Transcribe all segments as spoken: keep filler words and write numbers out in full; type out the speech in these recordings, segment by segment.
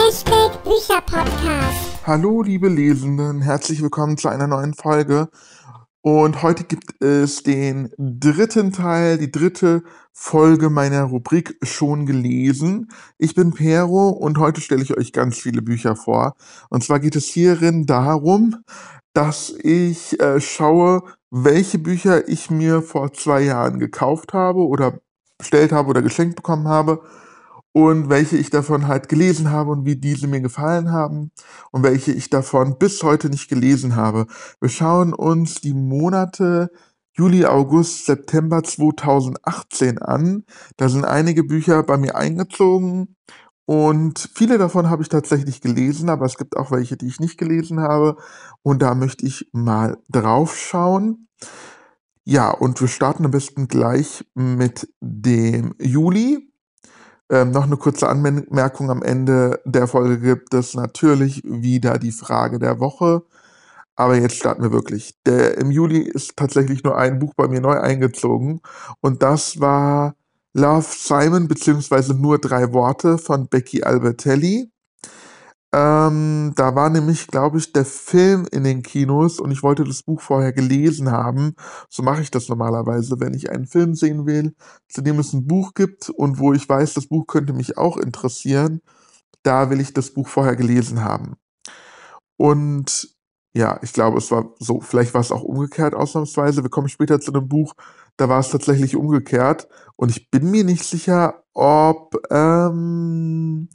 Hashtag Bücherpodcast. Hallo liebe Lesenden, herzlich willkommen zu einer neuen Folge. Und heute gibt es den dritten Teil, die dritte Folge meiner Rubrik Schon gelesen. Ich bin Pero und heute stelle ich euch ganz viele Bücher vor. Und zwar geht es hierin darum, dass ich äh, schaue, welche Bücher ich mir vor zwei Jahren gekauft habe oder bestellt habe oder geschenkt bekommen habe und welche ich davon halt gelesen habe und wie diese mir gefallen haben und welche ich davon bis heute nicht gelesen habe. Wir schauen uns die Monate Juli, August, September zweitausendachtzehn an. Da sind einige Bücher bei mir eingezogen und viele davon habe ich tatsächlich gelesen, aber es gibt auch welche, die ich nicht gelesen habe und da möchte ich mal drauf schauen. Ja, und wir starten am besten gleich mit dem Juli. Ähm, noch eine kurze Anmerkung: Am Ende der Folge gibt es natürlich wieder die Frage der Woche. Aber jetzt starten wir wirklich. Der, Im Juli ist tatsächlich nur ein Buch bei mir neu eingezogen. Und das war Love, Simon, beziehungsweise Nur drei Worte von Becky Albertelli. Ähm, da war nämlich, glaube ich, der Film in den Kinos und ich wollte das Buch vorher gelesen haben. So mache ich das normalerweise, wenn ich einen Film sehen will, zu dem es ein Buch gibt und wo ich weiß, das Buch könnte mich auch interessieren. Da will ich das Buch vorher gelesen haben. Und ja, ich glaube, es war so, vielleicht war es auch umgekehrt ausnahmsweise. Wir kommen später zu einem Buch, da war es tatsächlich umgekehrt. Und ich bin mir nicht sicher, ob, ähm,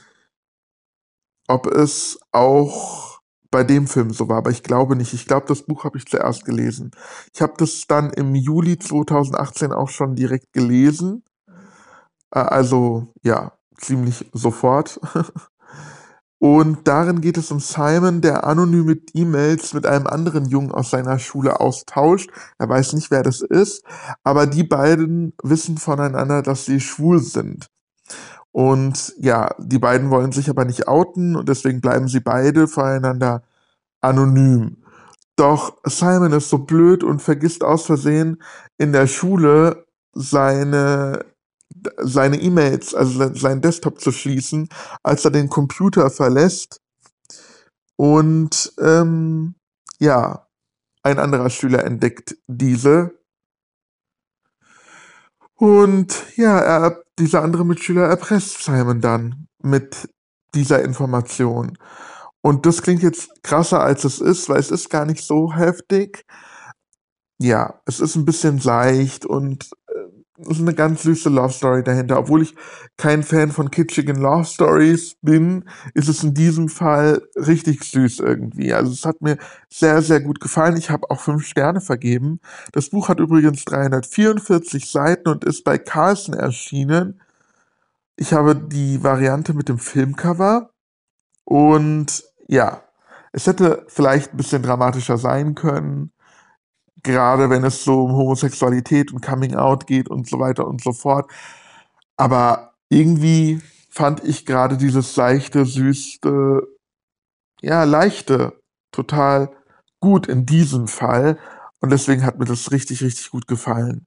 ob es auch bei dem Film so war, aber ich glaube nicht. Ich glaube, das Buch habe ich zuerst gelesen. Ich habe das dann im Juli zweitausendachtzehn auch schon direkt gelesen. Äh, Also ja, ziemlich sofort. Und darin geht es um Simon, der anonym mit E-Mails mit einem anderen Jungen aus seiner Schule austauscht. Er weiß nicht, wer das ist, aber die beiden wissen voneinander, dass sie schwul sind. Und ja, die beiden wollen sich aber nicht outen und deswegen bleiben sie beide voreinander anonym. Doch Simon ist so blöd und vergisst aus Versehen in der Schule seine seine E-Mails, also seinen Desktop zu schließen, als er den Computer verlässt. Und ähm, ja, ein anderer Schüler entdeckt diese. Und ja, er, dieser andere Mitschüler erpresst Simon dann mit dieser Information. Und das klingt jetzt krasser, als es ist, weil es ist gar nicht so heftig. Ja, es ist ein bisschen seicht und äh, es ist eine ganz süße Love Story dahinter. Obwohl ich kein Fan von kitschigen Love Stories bin, ist es in diesem Fall richtig süß irgendwie. Also es hat mir sehr, sehr gut gefallen. Ich habe auch fünf Sterne vergeben. Das Buch hat übrigens dreihundertvierundvierzig Seiten und ist bei Carlsen erschienen. Ich habe die Variante mit dem Filmcover und ja, es hätte vielleicht ein bisschen dramatischer sein können. Gerade wenn es so um Homosexualität und Coming Out geht und so weiter und so fort. Aber irgendwie fand ich gerade dieses seichte, süße, ja, leichte total gut in diesem Fall. Und deswegen hat mir das richtig, richtig gut gefallen.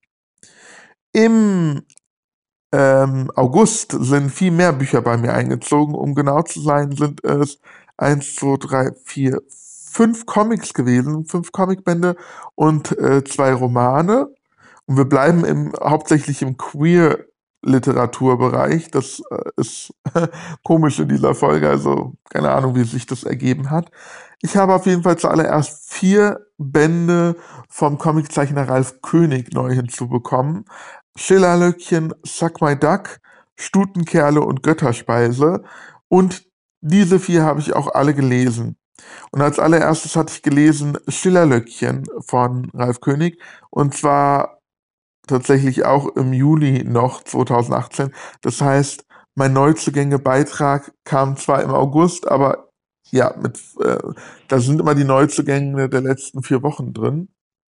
Im ähm, August sind viel mehr Bücher bei mir eingezogen. Um genau zu sein, sind es eins, zwei, drei, vier, fünf Comics gewesen, fünf Comicbände und äh, zwei Romane. Und wir bleiben im, hauptsächlich im Queer-Literaturbereich. Das äh, ist komisch in dieser Folge, also keine Ahnung, wie sich das ergeben hat. Ich habe auf jeden Fall zuallererst vier Bände vom Comiczeichner Ralf König neu hinzubekommen. Schillerlöckchen, Suck My Duck, Stutenkerle und Götterspeise. Und diese vier habe ich auch alle gelesen. Und als allererstes hatte ich gelesen Schillerlöckchen von Ralf König. Und zwar tatsächlich auch im Juli noch zweitausendachtzehn. Das heißt, mein Neuzugänge-Beitrag kam zwar im August, aber ja, mit, äh, da sind immer die Neuzugänge der letzten vier Wochen drin.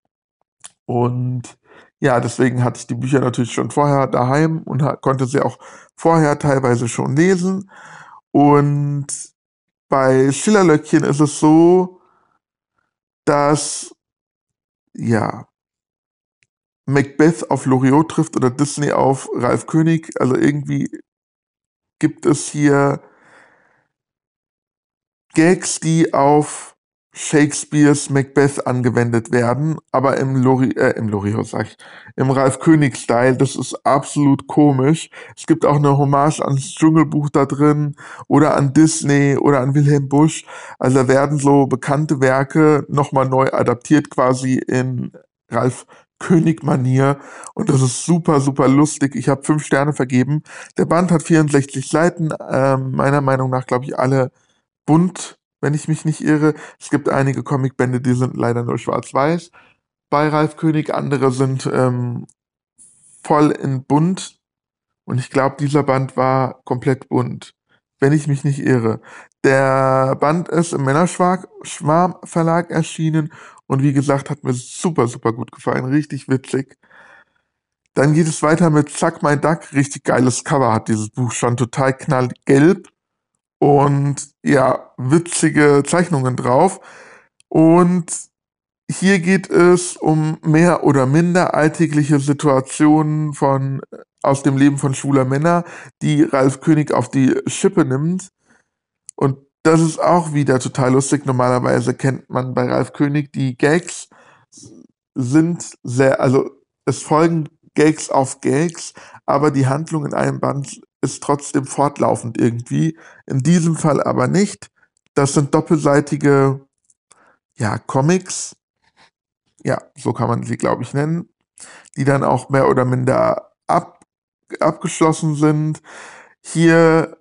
Und ja, deswegen hatte ich die Bücher natürlich schon vorher daheim und ha- konnte sie auch vorher teilweise schon lesen. Und bei Schillerlöckchen ist es so, dass ja, Macbeth auf Loriot trifft oder Disney auf Ralf König. Also irgendwie gibt es hier Gags, die auf Shakespeares Macbeth angewendet werden, aber im Lori äh, im Loriot sag ich, im Ralph König-Style. Das ist absolut komisch. Es gibt auch eine Hommage ans Dschungelbuch da drin oder an Disney oder an Wilhelm Busch. Also da werden so bekannte Werke nochmal neu adaptiert, quasi in Ralph König-Manier. Und das ist super, super lustig. Ich habe fünf Sterne vergeben. Der Band hat vierundsechzig Seiten. Ähm, meiner Meinung nach, glaube ich, alle bunt, wenn ich mich nicht irre. Es gibt einige Comicbände, die sind leider nur schwarz-weiß bei Ralph König. Andere sind ähm, voll in bunt. Und ich glaube, dieser Band war komplett bunt, wenn ich mich nicht irre. Der Band ist im Männerschwarm Verlag erschienen und wie gesagt, hat mir super, super gut gefallen. Richtig witzig. Dann geht es weiter mit Zack My Duck. Richtig geiles Cover hat dieses Buch schon. Total knallgelb und ja, witzige Zeichnungen drauf. Und hier geht es um mehr oder minder alltägliche Situationen von aus dem Leben von schwuler Männer, die Ralph König auf die Schippe nimmt. Und das ist auch wieder total lustig. Normalerweise kennt man bei Ralph König die Gags sind sehr, also es folgen Gags auf Gags, aber die Handlung in einem Band ist trotzdem fortlaufend irgendwie. In diesem Fall aber nicht. Das sind doppelseitige, ja, Comics. Ja, so kann man sie, glaube ich, nennen, die dann auch mehr oder minder ab, abgeschlossen sind. Hier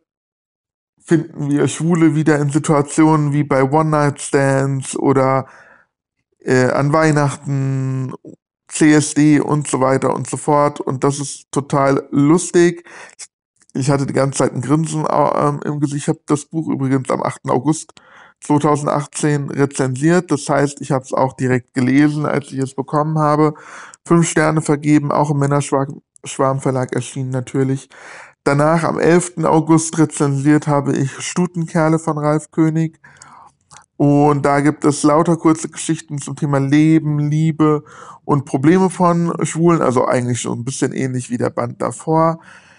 finden wir Schwule wieder in Situationen wie bei One-Night-Stands oder äh, an Weihnachten, C S D und so weiter und so fort. Und das ist total lustig. Ich hatte die ganze Zeit ein Grinsen ähm, im Gesicht. Ich habe das Buch übrigens am achten August zweitausendachtzehn rezensiert. Das heißt, ich habe es auch direkt gelesen, als ich es bekommen habe. Fünf Sterne vergeben, auch im Männerschwarm Verlag erschienen natürlich. Danach am elften August rezensiert habe ich Stutenkerle von Ralph König. Und da gibt es lauter kurze Geschichten zum Thema Leben, Liebe und Probleme von Schwulen. Also eigentlich schon ein bisschen ähnlich wie der Band davor.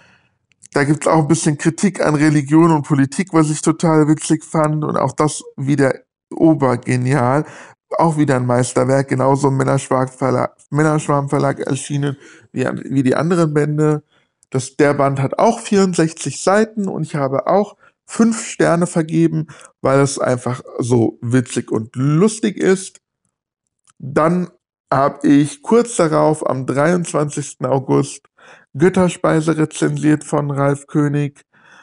Da gibt es auch ein bisschen Kritik an Religion und Politik, was ich total witzig fand. Und auch das wieder obergenial. Auch wieder ein Meisterwerk, genauso im Männerschwarm Verlag, Männerschwarm Verlag erschienen wie, wie die anderen Bände. Das, der Band hat auch vierundsechzig Seiten und ich habe auch fünf Sterne vergeben, weil es einfach so witzig und lustig ist. Dann habe ich kurz darauf am dreiundzwanzigsten August Götterspeise rezensiert von Ralph König.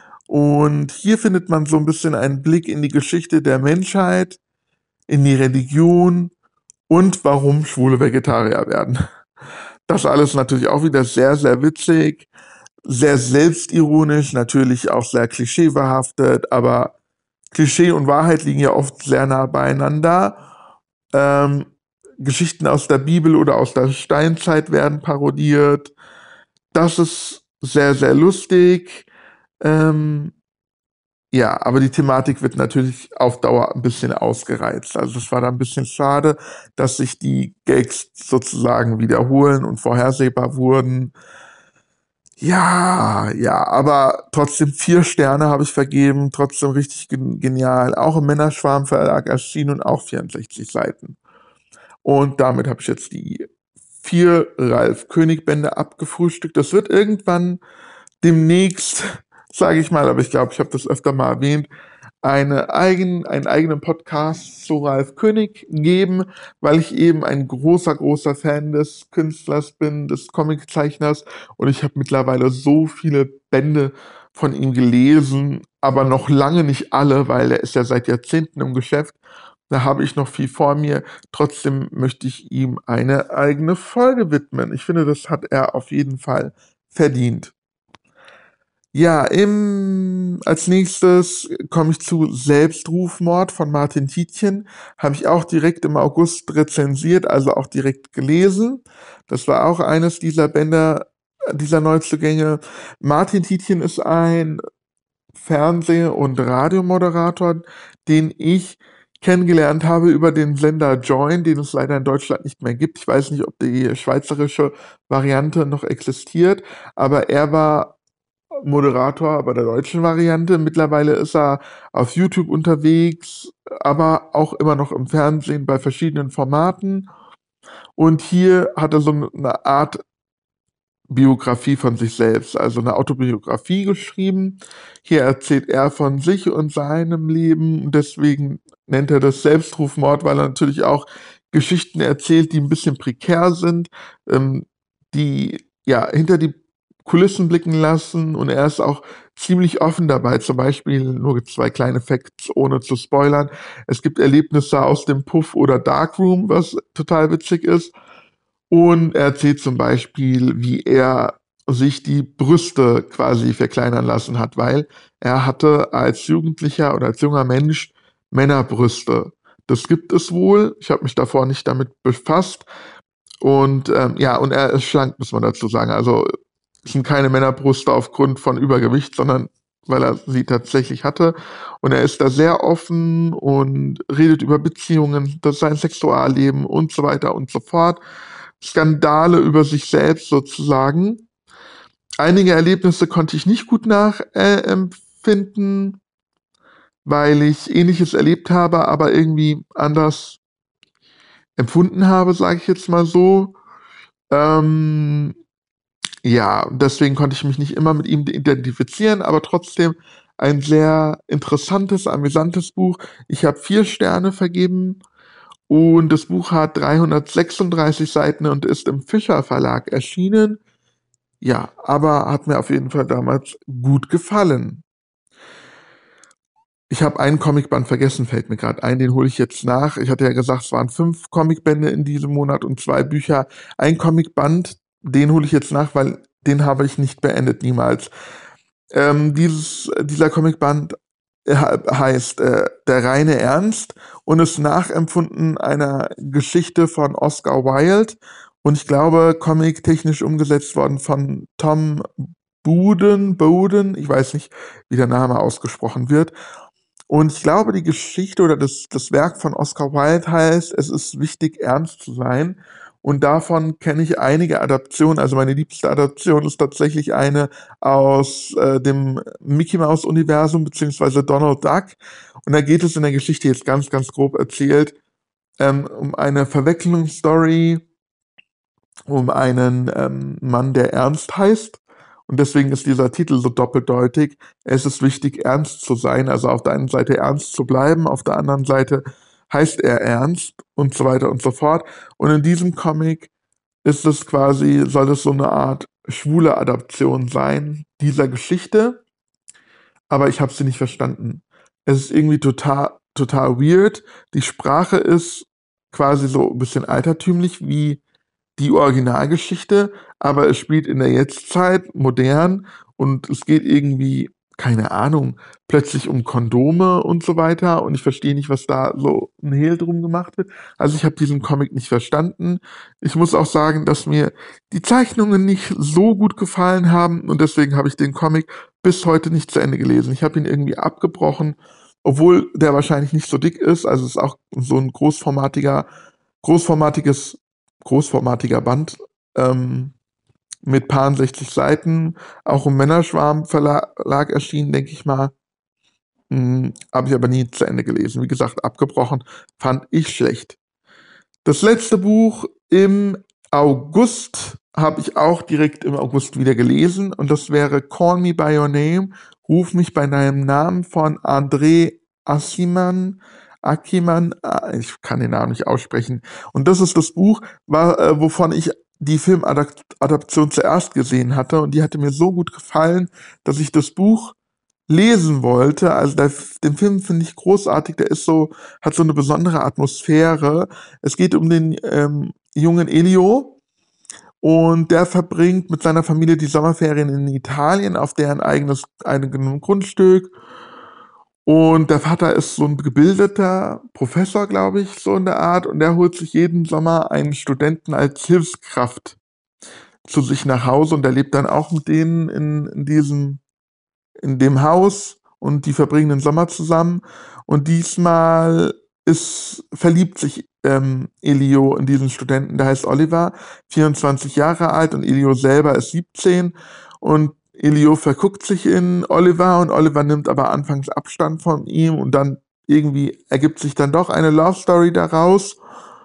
Und hier findet man so ein bisschen einen Blick in die Geschichte der Menschheit, in die Religion und warum Schwule Vegetarier werden. Das alles natürlich auch wieder sehr, sehr witzig, sehr selbstironisch, natürlich auch sehr klischeebehaftet, aber Klischee und Wahrheit liegen ja oft sehr nah beieinander. Ähm, Geschichten aus der Bibel oder aus der Steinzeit werden parodiert. Das ist sehr, sehr lustig. Ähm, ja, aber die Thematik wird natürlich auf Dauer ein bisschen ausgereizt. Also es war da ein bisschen schade, dass sich die Gags sozusagen wiederholen und vorhersehbar wurden. Ja, ja, aber trotzdem vier Sterne habe ich vergeben, trotzdem richtig gen- genial. Auch im Männerschwarm Verlag erschienen und auch vierundsechzig Seiten. Und damit habe ich jetzt die vier Ralph König Bände abgefrühstückt. Das wird irgendwann demnächst, sage ich mal, aber ich glaube, ich habe das öfter mal erwähnt, eine eigen, einen eigenen Podcast zu Ralph König geben, weil ich eben ein großer, großer Fan des Künstlers bin, des Comiczeichners und ich habe mittlerweile so viele Bände von ihm gelesen, aber noch lange nicht alle, weil er ist ja seit Jahrzehnten im Geschäft. Da habe ich noch viel vor mir. Trotzdem möchte ich ihm eine eigene Folge widmen. Ich finde, das hat er auf jeden Fall verdient. Ja, im, als nächstes komme ich zu Selbstrufmord von Martin Tietjen. Habe ich auch direkt im August rezensiert, also auch direkt gelesen. Das war auch eines dieser Bände, äh, dieser Neuzugänge. Martin Tietjen ist ein Fernseh- und Radiomoderator, den ich kennengelernt habe über den Sender Join, den es leider in Deutschland nicht mehr gibt. Ich weiß nicht, ob die schweizerische Variante noch existiert, aber er war Moderator bei der deutschen Variante. Mittlerweile ist er auf YouTube unterwegs, aber auch immer noch im Fernsehen bei verschiedenen Formaten. Und hier hat er so eine Art Biografie von sich selbst, also eine Autobiografie geschrieben. Hier erzählt er von sich und seinem Leben und deswegen nennt er das Selbstrufmord, weil er natürlich auch Geschichten erzählt, die ein bisschen prekär sind, ähm, die ja hinter die Kulissen blicken lassen und er ist auch ziemlich offen dabei. Zum Beispiel nur zwei kleine Facts, ohne zu spoilern. Es gibt Erlebnisse aus dem Puff oder Darkroom, was total witzig ist. Und er erzählt zum Beispiel, wie er sich die Brüste quasi verkleinern lassen hat, weil er hatte als Jugendlicher oder als junger Mensch Männerbrüste. Das gibt es wohl. Ich habe mich davor nicht damit befasst. Und ähm, ja, und er ist schlank, muss man dazu sagen. Also es sind keine Männerbrüste aufgrund von Übergewicht, sondern weil er sie tatsächlich hatte. Und er ist da sehr offen und redet über Beziehungen, das sein Sexualleben und so weiter und so fort. Skandale über sich selbst sozusagen. Einige Erlebnisse konnte ich nicht gut nachempfinden, weil ich Ähnliches erlebt habe, aber irgendwie anders empfunden habe, sage ich jetzt mal so. Ähm, ja, deswegen konnte ich mich nicht immer mit ihm identifizieren, aber trotzdem ein sehr interessantes, amüsantes Buch. Ich habe vier Sterne vergeben und das Buch hat dreihundertsechsunddreißig Seiten und ist im Fischer Verlag erschienen. Ja, aber hat mir auf jeden Fall damals gut gefallen. Ich habe einen Comicband vergessen, fällt mir gerade ein, den hole ich jetzt nach. Ich hatte ja gesagt, es waren fünf Comicbände in diesem Monat und zwei Bücher. Ein Comicband, den hole ich jetzt nach, weil den habe ich nicht beendet, niemals. Ähm, dieses, dieser Comicband äh, heißt äh, Der reine Ernst und ist nachempfunden einer Geschichte von Oscar Wilde und ich glaube, comic-technisch umgesetzt worden von Tom Buden, Bowden, ich weiß nicht, wie der Name ausgesprochen wird. Und ich glaube, die Geschichte oder das, das Werk von Oscar Wilde heißt, es ist wichtig, ernst zu sein. Und davon kenne ich einige Adaptionen. Also meine liebste Adaption ist tatsächlich eine aus äh, dem Mickey Mouse Universum beziehungsweise Donald Duck. Und da geht es in der Geschichte jetzt ganz, ganz grob erzählt ähm, um eine Verwechslungsstory, um einen ähm, Mann, der Ernst heißt. Und deswegen ist dieser Titel so doppeldeutig. Es ist wichtig, ernst zu sein, also auf der einen Seite ernst zu bleiben, auf der anderen Seite heißt er ernst und so weiter und so fort. Und in diesem Comic ist es quasi, soll es so eine Art schwule Adaption sein dieser Geschichte, aber ich habe sie nicht verstanden. Es ist irgendwie total, total weird. Die Sprache ist quasi so ein bisschen altertümlich wie die Originalgeschichte, aber es spielt in der Jetztzeit modern und es geht irgendwie, keine Ahnung, plötzlich um Kondome und so weiter und ich verstehe nicht, was da so ein Hehl drum gemacht wird. Also ich habe diesen Comic nicht verstanden. Ich muss auch sagen, dass mir die Zeichnungen nicht so gut gefallen haben und deswegen habe ich den Comic bis heute nicht zu Ende gelesen. Ich habe ihn irgendwie abgebrochen, obwohl der wahrscheinlich nicht so dick ist. Also es ist auch so ein großformatiger, großformatiges großformatiger Band ähm, mit paar sechzig Seiten, auch im Männerschwarm Verlag erschienen, denke ich mal. Hm, habe ich aber nie zu Ende gelesen. Wie gesagt, abgebrochen, fand ich schlecht. Das letzte Buch im August habe ich auch direkt im August wieder gelesen und das wäre Call Me By Your Name, Ruf mich bei deinem Namen von André Aciman. Akiman, ich kann den Namen nicht aussprechen. Und das ist das Buch, war, äh, wovon ich die Filmadaption zuerst gesehen hatte. Und die hatte mir so gut gefallen, dass ich das Buch lesen wollte. Also der, den Film finde ich großartig. Der ist so, hat so eine besondere Atmosphäre. Es geht um den ähm, jungen Elio. Und der verbringt mit seiner Familie die Sommerferien in Italien auf deren eigenes, eigenem Grundstück. Und der Vater ist so ein gebildeter Professor, glaube ich, so in der Art. Und der holt sich jeden Sommer einen Studenten als Hilfskraft zu sich nach Hause. Und der lebt dann auch mit denen in, in diesem, in dem Haus. Und die verbringen den Sommer zusammen. Und diesmal ist, verliebt sich ähm, Elio in diesen Studenten. Der heißt Oliver, vierundzwanzig Jahre alt. Und Elio selber ist siebzehn. Und Elio verguckt sich in Oliver und Oliver nimmt aber anfangs Abstand von ihm und dann irgendwie ergibt sich dann doch eine Love Story daraus.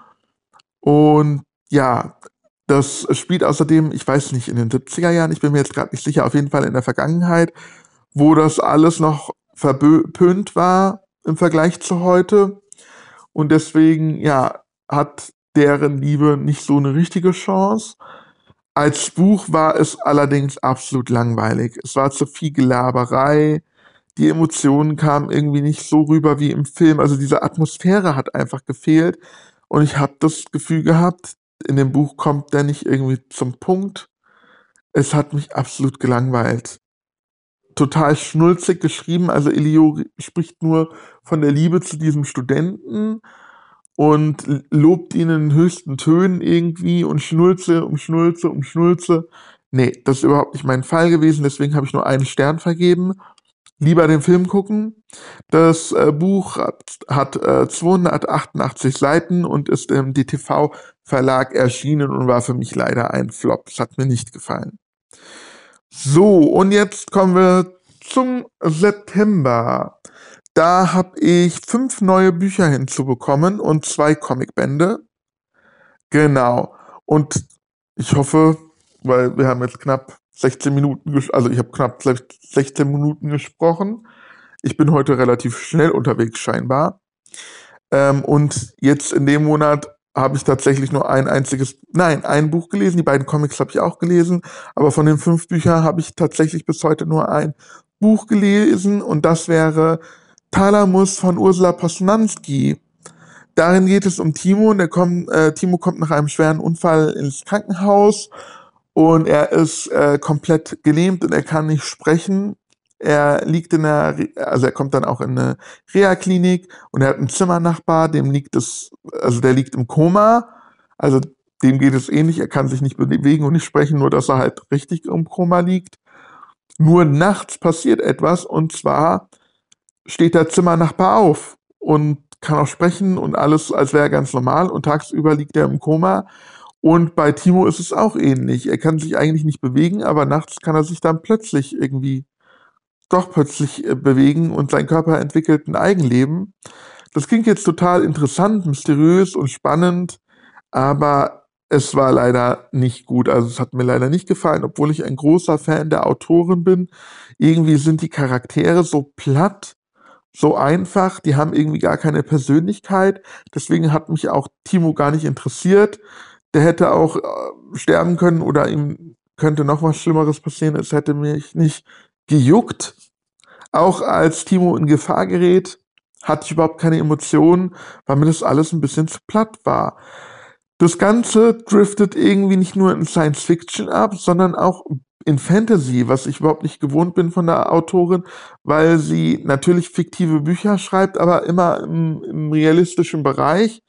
Und ja, das spielt außerdem, ich weiß nicht, in den siebziger Jahren, ich bin mir jetzt gerade nicht sicher, auf jeden Fall in der Vergangenheit, wo das alles noch verpönt war im Vergleich zu heute. Und deswegen, ja, hat deren Liebe nicht so eine richtige Chance. Als Buch war es allerdings absolut langweilig. Es war zu viel Gelaberei. Die Emotionen kamen irgendwie nicht so rüber wie im Film. Also diese Atmosphäre hat einfach gefehlt. Und ich habe das Gefühl gehabt, in dem Buch kommt der nicht irgendwie zum Punkt. Es hat mich absolut gelangweilt. Total schnulzig geschrieben. Also Elio spricht nur von der Liebe zu diesem Studenten und lobt ihn in höchsten Tönen irgendwie und Schnulze um Schnulze um Schnulze. Nee, das ist überhaupt nicht mein Fall gewesen, deswegen habe ich nur einen Stern vergeben. Lieber den Film gucken. Das äh, Buch hat, hat äh, zweihundertachtundachtzig Seiten und ist im D T V-Verlag erschienen und war für mich leider ein Flop. Das hat mir nicht gefallen. So, und jetzt kommen wir zum September. Da habe ich fünf neue Bücher hinzubekommen und zwei Comicbände. Genau. Und ich hoffe, weil wir haben jetzt knapp sechzehn Minuten, ges- also ich habe knapp sechzehn Minuten gesprochen. Ich bin heute relativ schnell unterwegs scheinbar. Ähm, und jetzt in dem Monat habe ich tatsächlich nur ein einziges, nein, ein Buch gelesen. Die beiden Comics habe ich auch gelesen. Aber von den fünf Büchern habe ich tatsächlich bis heute nur ein Buch gelesen. Und das wäre Thalamus von Ursula Posnanski. Darin geht es um Timo. Und der kommt, äh, Timo kommt nach einem schweren Unfall ins Krankenhaus. Und er ist äh, komplett gelähmt und er kann nicht sprechen. Er liegt in der, Re- also er kommt dann auch in eine Reha-Klinik und er hat einen Zimmernachbar, dem liegt es, also der liegt im Koma. Also dem geht es ähnlich. Er kann sich nicht bewegen und nicht sprechen, nur dass er halt richtig im Koma liegt. Nur nachts passiert etwas und zwar steht der Zimmernachbar auf und kann auch sprechen und alles, als wäre er ganz normal und tagsüber liegt er im Koma. Und bei Timo ist es auch ähnlich. Er kann sich eigentlich nicht bewegen, aber nachts kann er sich dann plötzlich irgendwie doch plötzlich äh, bewegen und sein Körper entwickelt ein Eigenleben. Das klingt jetzt total interessant, mysteriös und spannend, aber es war leider nicht gut. Also es hat mir leider nicht gefallen, obwohl ich ein großer Fan der Autorin bin. Irgendwie sind die Charaktere so platt, so einfach, die haben irgendwie gar keine Persönlichkeit. Deswegen hat mich auch Timo gar nicht interessiert. Der hätte auch äh, sterben können oder ihm könnte noch was Schlimmeres passieren. Es hätte mich nicht gejuckt. Auch als Timo in Gefahr gerät, hatte ich überhaupt keine Emotionen, weil mir das alles ein bisschen zu platt war. Das Ganze driftet irgendwie nicht nur in Science Fiction ab, sondern auch in Fantasy, was ich überhaupt nicht gewohnt bin von der Autorin, weil sie natürlich fiktive Bücher schreibt, aber immer im, im realistischen Bereich.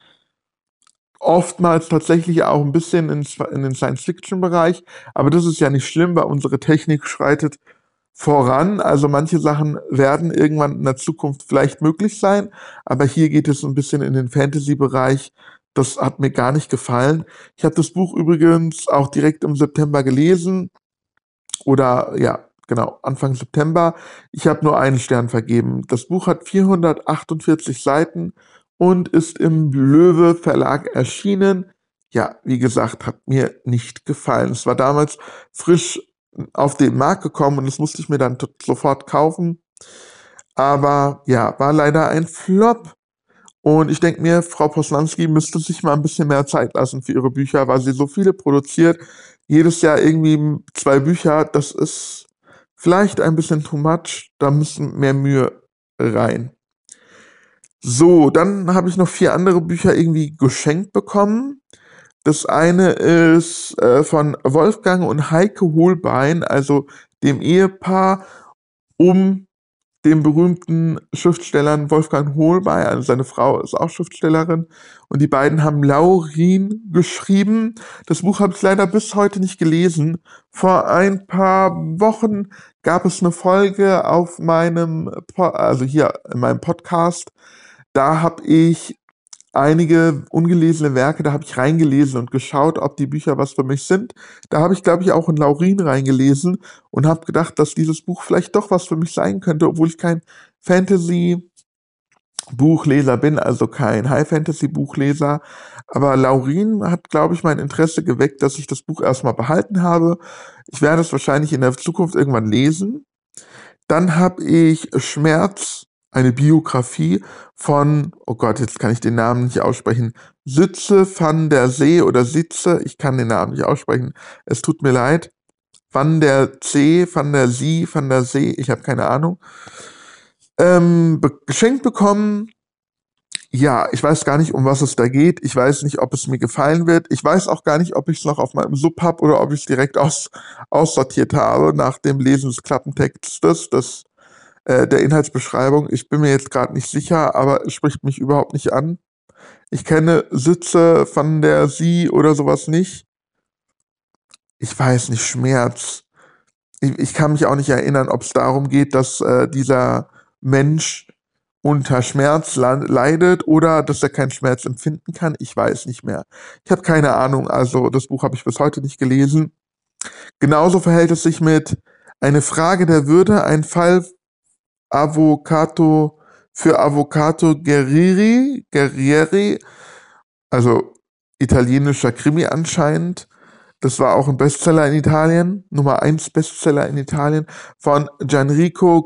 Oftmals tatsächlich auch ein bisschen in, in den Science-Fiction-Bereich, aber das ist ja nicht schlimm, weil unsere Technik schreitet voran. Also manche Sachen werden irgendwann in der Zukunft vielleicht möglich sein, aber hier geht es ein bisschen in den Fantasy-Bereich. Das hat mir gar nicht gefallen. Ich habe das Buch übrigens auch direkt im September gelesen oder ja, genau, Anfang September. Ich habe nur einen Stern vergeben. Das Buch hat vierhundertachtundvierzig Seiten und ist im Löwe Verlag erschienen. Ja, wie gesagt, hat mir nicht gefallen. Es war damals frisch auf den Markt gekommen und das musste ich mir dann t- sofort kaufen. Aber ja, war leider ein Flop. Und ich denke mir, Frau Posnanski müsste sich mal ein bisschen mehr Zeit lassen für ihre Bücher, weil sie so viele produziert. Jedes Jahr irgendwie zwei Bücher, das ist vielleicht ein bisschen too much. Da müssen mehr Mühe rein. So, dann habe ich noch vier andere Bücher irgendwie geschenkt bekommen. Das eine ist äh, von Wolfgang und Heike Holbein, also dem Ehepaar um den berühmten Schriftstellern Wolfgang Holbein, also seine Frau ist auch Schriftstellerin, und die beiden haben Laurin geschrieben. Das Buch habe ich leider bis heute nicht gelesen. Vor ein paar Wochen gab es eine Folge auf meinem, Po- also hier in meinem Podcast. Da habe ich einige ungelesene Werke, da habe ich reingelesen und geschaut, ob die Bücher was für mich sind. Da habe ich, glaube ich, auch in Laurin reingelesen und habe gedacht, dass dieses Buch vielleicht doch was für mich sein könnte, obwohl ich kein Fantasy-Buchleser bin, also kein High-Fantasy-Buchleser. Aber Laurin hat, glaube ich, mein Interesse geweckt, dass ich das Buch erstmal behalten habe. Ich werde es wahrscheinlich in der Zukunft irgendwann lesen. Dann habe ich Schmerz, eine Biografie von, oh Gott, jetzt kann ich den Namen nicht aussprechen, Sitze van der See oder Sitze, ich kann den Namen nicht aussprechen, es tut mir leid, van der See, van der Sie, van der See, ich habe keine Ahnung, ähm, be geschenkt bekommen. Ja, ich weiß gar nicht, um was es da geht. Ich weiß nicht, ob es mir gefallen wird. Ich weiß auch gar nicht, ob ich es noch auf meinem Sub habe oder ob ich es direkt aus, aussortiert habe nach dem Lesen des Klappentextes, des, äh, der Inhaltsbeschreibung. Ich bin mir jetzt gerade nicht sicher, aber es spricht mich überhaupt nicht an. Ich kenne Sitze von der Sie oder sowas nicht. Ich weiß nicht, Schmerz. Ich, ich kann mich auch nicht erinnern, ob es darum geht, dass äh, dieser Mensch unter Schmerz leidet oder dass er keinen Schmerz empfinden kann. Ich weiß nicht mehr. Ich habe keine Ahnung. Also das Buch habe ich bis heute nicht gelesen. Genauso verhält es sich mit Eine Frage der Würde, ein Fall Avvocato für Avvocato Guerrieri, Guerrieri, also italienischer Krimi anscheinend. Das war auch ein Bestseller in Italien, Nummer eins Bestseller in Italien, von Gianrico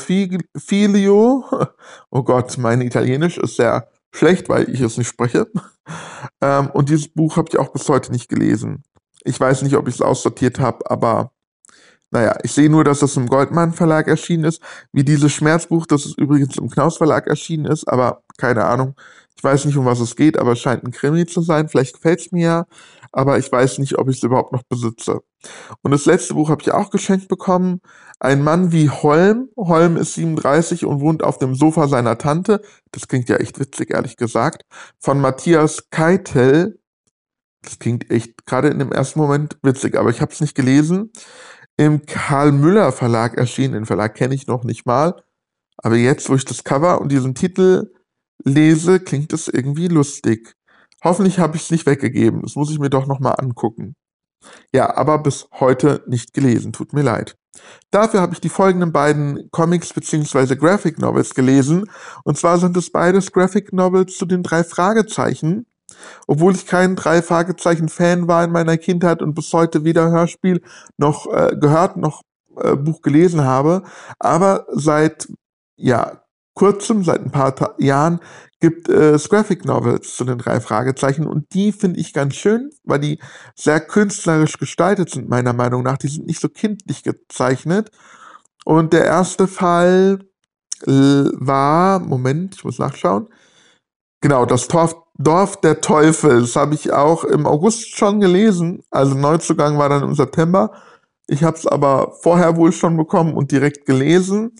Carofiglio. Oh Gott, mein Italienisch ist sehr schlecht, weil ich es nicht spreche. Ähm, und dieses Buch habe ich auch bis heute nicht gelesen. Ich weiß nicht, ob ich es aussortiert habe, aber naja, ich sehe nur, dass das im Goldmann Verlag erschienen ist, wie dieses Schmerzbuch, das es übrigens im Knaus Verlag erschienen ist, aber keine Ahnung. Ich weiß nicht, um was es geht, aber es scheint ein Krimi zu sein. Vielleicht gefällt es mir ja, aber ich weiß nicht, ob ich es überhaupt noch besitze. Und das letzte Buch habe ich auch geschenkt bekommen. Ein Mann wie Holm. Holm ist siebenunddreißig und wohnt auf dem Sofa seiner Tante. Das klingt ja echt witzig, ehrlich gesagt. Von Matthias Keitel. Das klingt echt gerade in dem ersten Moment witzig, aber ich habe es nicht gelesen. Im Karl Müller Verlag erschienen. Den Verlag kenne ich noch nicht mal. Aber jetzt, wo ich das Cover und diesen Titel lese, klingt es irgendwie lustig. Hoffentlich habe ich es nicht weggegeben. Das muss ich mir doch nochmal angucken. Ja, aber bis heute nicht gelesen. Tut mir leid. Dafür habe ich die folgenden beiden Comics bzw. Graphic Novels gelesen. Und zwar sind es beides Graphic Novels zu den drei Fragezeichen. Obwohl ich kein drei Fragezeichen-Fan war in meiner Kindheit und bis heute weder Hörspiel noch äh, gehört noch äh, Buch gelesen habe. Aber seit ja kurzem, seit ein paar Ta Jahren, gibt es Graphic Novels zu den drei Fragezeichen und die finde ich ganz schön, weil die sehr künstlerisch gestaltet sind, meiner Meinung nach. Die sind nicht so kindlich gezeichnet. Und der erste Fall äh, war, Moment, ich muss nachschauen, genau, das Dorf, Dorf der Teufel. Das habe ich auch im August schon gelesen. Also Neuzugang war dann im September. Ich habe es aber vorher wohl schon bekommen und direkt gelesen.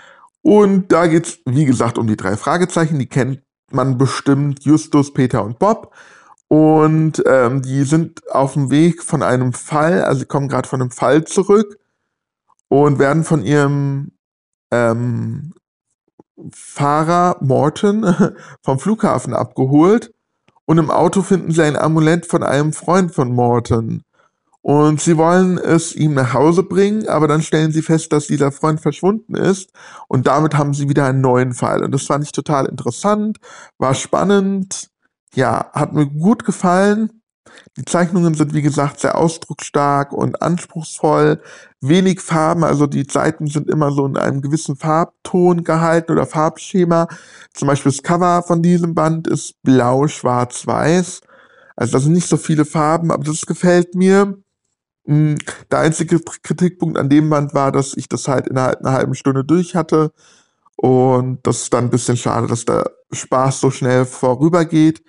Und da geht es, wie gesagt, um die drei Fragezeichen. Die kennt man bestimmt, Justus, Peter und Bob. Und ähm, die sind auf dem Weg von einem Fall, also sie kommen gerade von einem Fall zurück und werden von ihrem ähm, Fahrer Morton vom Flughafen abgeholt. Und im Auto finden sie ein Amulett von einem Freund von Morton. Und sie wollen es ihm nach Hause bringen, aber dann stellen sie fest, dass dieser Freund verschwunden ist. Und damit haben sie wieder einen neuen Fall. Und das fand ich total interessant, war spannend, ja, hat mir gut gefallen. Die Zeichnungen sind, wie gesagt, sehr ausdrucksstark und anspruchsvoll. Wenig Farben, also die Seiten sind immer so in einem gewissen Farbton gehalten oder Farbschema. Zum Beispiel das Cover von diesem Band ist blau, schwarz, weiß. Also da sind nicht so viele Farben, aber das gefällt mir. Der einzige Kritikpunkt an dem Band war, dass ich das halt innerhalb einer halben Stunde durch hatte. Und das ist dann ein bisschen schade, dass der Spaß so schnell vorübergeht.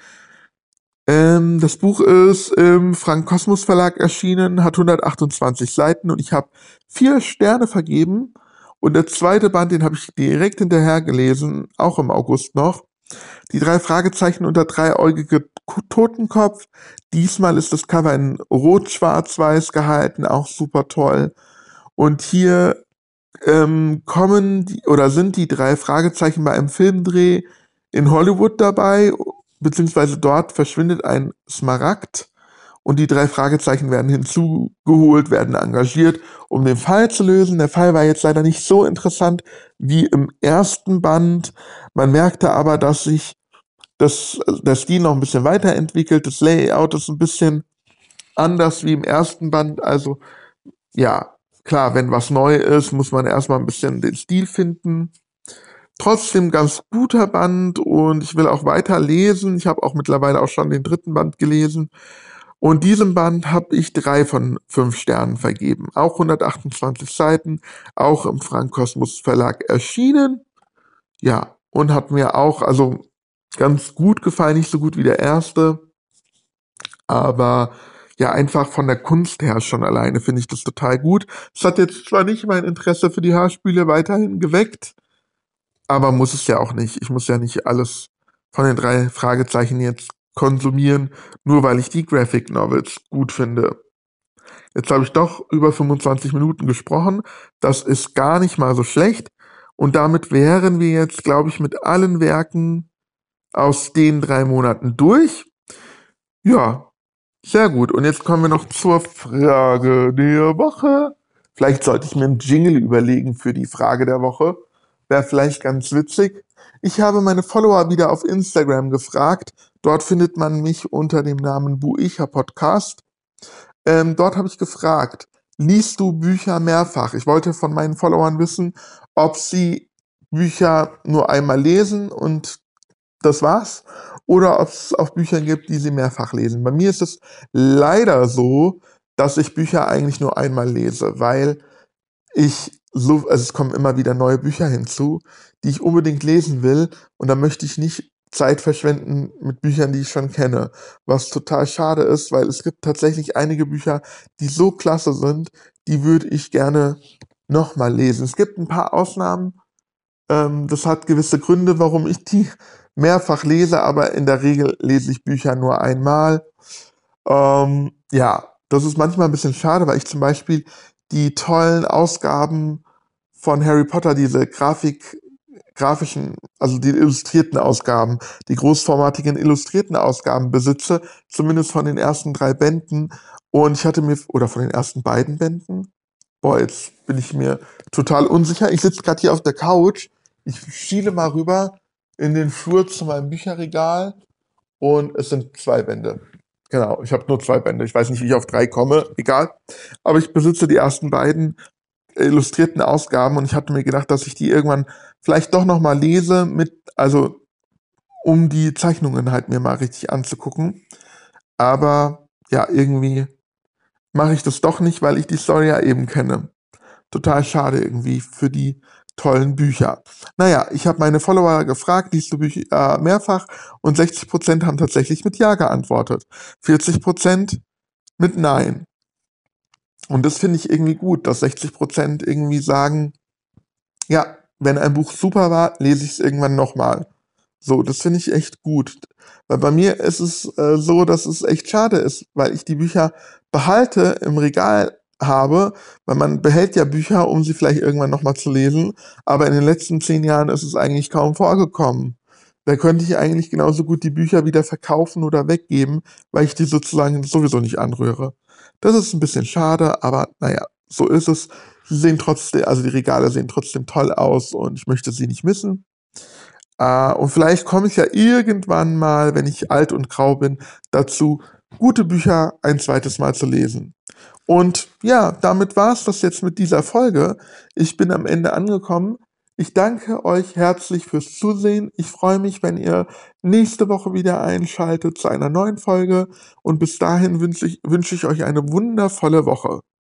Ähm, das Buch ist im Frank Kosmos Verlag erschienen, hat hundertachtundzwanzig Seiten und ich habe vier Sterne vergeben. Und der zweite Band, den habe ich direkt hinterher gelesen, auch im August noch. Die drei Fragezeichen und der dreieugige Totenkopf. Diesmal ist das Cover in rot-schwarz-weiß gehalten, auch super toll. Und hier ähm, kommen die, oder sind die drei Fragezeichen bei einem Filmdreh in Hollywood dabei. beziehungsweise dort verschwindet ein Smaragd und die drei Fragezeichen werden hinzugeholt, werden engagiert, um den Fall zu lösen. Der Fall war jetzt leider nicht so interessant wie im ersten Band. Man merkte aber, dass sich das, der Stil noch ein bisschen weiterentwickelt. Das Layout ist ein bisschen anders wie im ersten Band. Also ja, klar, wenn was neu ist, muss man erstmal ein bisschen den Stil finden. Trotzdem ganz guter Band und ich will auch weiter lesen. Ich habe auch mittlerweile auch schon den dritten Band gelesen. Und diesem Band habe ich drei von fünf Sternen vergeben. Auch hundertachtundzwanzig Seiten, auch im Frank Kosmos Verlag erschienen. Ja, und hat mir auch also ganz gut gefallen, nicht so gut wie der erste. Aber ja, einfach von der Kunst her schon alleine finde ich das total gut. Es hat jetzt zwar nicht mein Interesse für die Hörspiele weiterhin geweckt, aber muss es ja auch nicht. Ich muss ja nicht alles von den drei Fragezeichen jetzt konsumieren, nur weil ich die Graphic Novels gut finde. Jetzt habe ich doch über fünfundzwanzig Minuten gesprochen. Das ist gar nicht mal so schlecht. Und damit wären wir jetzt, glaube ich, mit allen Werken aus den drei Monaten durch. Ja, sehr gut. Und jetzt kommen wir noch zur Frage der Woche. Vielleicht sollte ich mir einen Jingle überlegen für die Frage der Woche. Wäre vielleicht ganz witzig. Ich habe meine Follower wieder auf Instagram gefragt. Dort findet man mich unter dem Namen Buicha Podcast. Ähm, dort habe ich gefragt, liest du Bücher mehrfach? Ich wollte von meinen Followern wissen, ob sie Bücher nur einmal lesen und das war's, oder ob es auch Bücher gibt, die sie mehrfach lesen. Bei mir ist es leider so, dass ich Bücher eigentlich nur einmal lese, weil ich so, also es kommen immer wieder neue Bücher hinzu, die ich unbedingt lesen will und da möchte ich nicht Zeit verschwenden mit Büchern, die ich schon kenne, was total schade ist, weil es gibt tatsächlich einige Bücher, die so klasse sind, die würde ich gerne nochmal lesen. Es gibt ein paar Ausnahmen, ähm, das hat gewisse Gründe, warum ich die mehrfach lese, aber in der Regel lese ich Bücher nur einmal. Ähm, ja, das ist manchmal ein bisschen schade, weil ich zum Beispiel die tollen Ausgaben von Harry Potter, diese Grafik, grafischen, also die illustrierten Ausgaben, die großformatigen illustrierten Ausgaben besitze, zumindest von den ersten drei Bänden. Und ich hatte mir, oder von den ersten beiden Bänden, boah, jetzt bin ich mir total unsicher. Ich sitze gerade hier auf der Couch, ich schiele mal rüber in den Flur zu meinem Bücherregal und es sind zwei Bände. Genau, ich habe nur zwei Bände. Ich weiß nicht, wie ich auf drei komme, egal. Aber ich besitze die ersten beiden illustrierten Ausgaben und ich hatte mir gedacht, dass ich die irgendwann vielleicht doch noch mal lese, mit, also um die Zeichnungen halt mir mal richtig anzugucken. Aber ja, irgendwie mache ich das doch nicht, weil ich die Story ja eben kenne. Total schade irgendwie für die tollen Bücher. Naja, ich habe meine Follower gefragt, liest du Bücher äh, mehrfach? Und sechzig Prozent haben tatsächlich mit Ja geantwortet. vierzig Prozent mit Nein. Und das finde ich irgendwie gut, dass sechzig Prozent irgendwie sagen, ja, wenn ein Buch super war, lese ich es irgendwann nochmal. So, das finde ich echt gut. Weil bei mir ist es äh, so, dass es echt schade ist, weil ich die Bücher behalte, im Regal habe, weil man behält ja Bücher, um sie vielleicht irgendwann nochmal zu lesen, aber in den letzten zehn Jahren ist es eigentlich kaum vorgekommen. Da könnte ich eigentlich genauso gut die Bücher wieder verkaufen oder weggeben, weil ich die sozusagen sowieso nicht anrühre. Das ist ein bisschen schade, aber naja, so ist es. Sie sehen trotzdem, also die Regale sehen trotzdem toll aus und ich möchte sie nicht missen. Äh, und vielleicht komme ich ja irgendwann mal, wenn ich alt und grau bin, dazu, gute Bücher ein zweites Mal zu lesen. Und ja, damit war es das jetzt mit dieser Folge. Ich bin am Ende angekommen. Ich danke euch herzlich fürs Zusehen. Ich freue mich, wenn ihr nächste Woche wieder einschaltet zu einer neuen Folge. Und bis dahin wünsche ich, wünsche ich euch eine wundervolle Woche.